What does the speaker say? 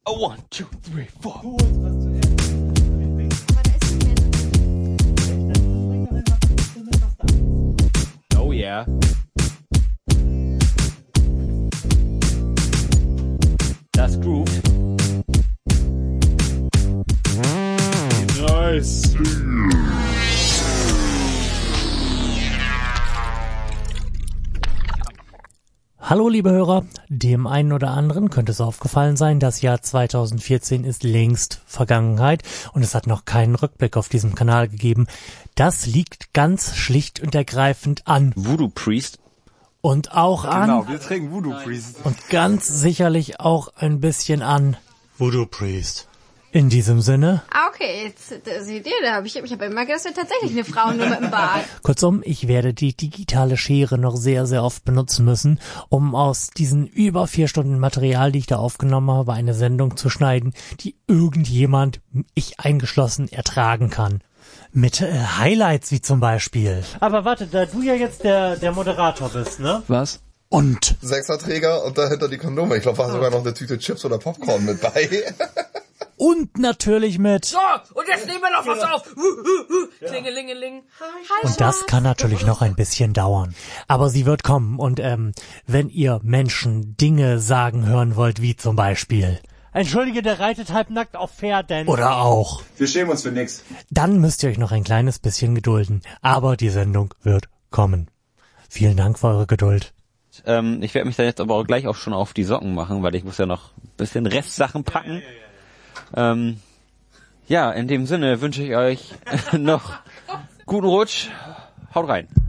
Oh, 1, 2, 3, 4. Oh yeah. Das groovt. Nice. Hallo liebe Hörer, dem einen oder anderen könnte es aufgefallen sein, das Jahr 2014 ist längst Vergangenheit und es hat noch keinen Rückblick auf diesem Kanal gegeben. Das liegt ganz schlicht und ergreifend an Voodoo Priest. Und auch an... Genau, wir trinken Voodoo Priest. Und ganz sicherlich auch ein bisschen an... Voodoo Priest. In diesem Sinne... Okay, jetzt seht ihr, ich hab immer gedacht, das ist tatsächlich eine Frau nur mit dem Bart. Kurzum, ich werde die digitale Schere noch sehr, sehr oft benutzen müssen, um aus diesen über 4 Stunden Material, die ich da aufgenommen habe, eine Sendung zu schneiden, die irgendjemand, ich eingeschlossen, ertragen kann. Mit Highlights wie zum Beispiel. Aber warte, da du ja jetzt der Moderator bist, ne? Was? Und? Sechserträger und dahinter die Kondome. Ich glaube, war sogar noch eine Tüte Chips oder Popcorn mit bei. Und natürlich mit... So, und jetzt nehmen wir noch was auf. Klingelingeling. Und das kann natürlich noch ein bisschen dauern. Aber sie wird kommen. Und wenn ihr Menschen Dinge sagen hören wollt, wie zum Beispiel... Entschuldige, der reitet halbnackt auf Pferden. Oder auch... Wir schämen uns für nix. Dann müsst ihr euch noch ein kleines bisschen gedulden. Aber die Sendung wird kommen. Vielen Dank für eure Geduld. Ich werde mich dann jetzt aber auch gleich auch schon auf die Socken machen, weil ich muss ja noch ein bisschen Restsachen packen. Ja, in dem Sinne wünsche ich euch noch guten Rutsch. Haut rein.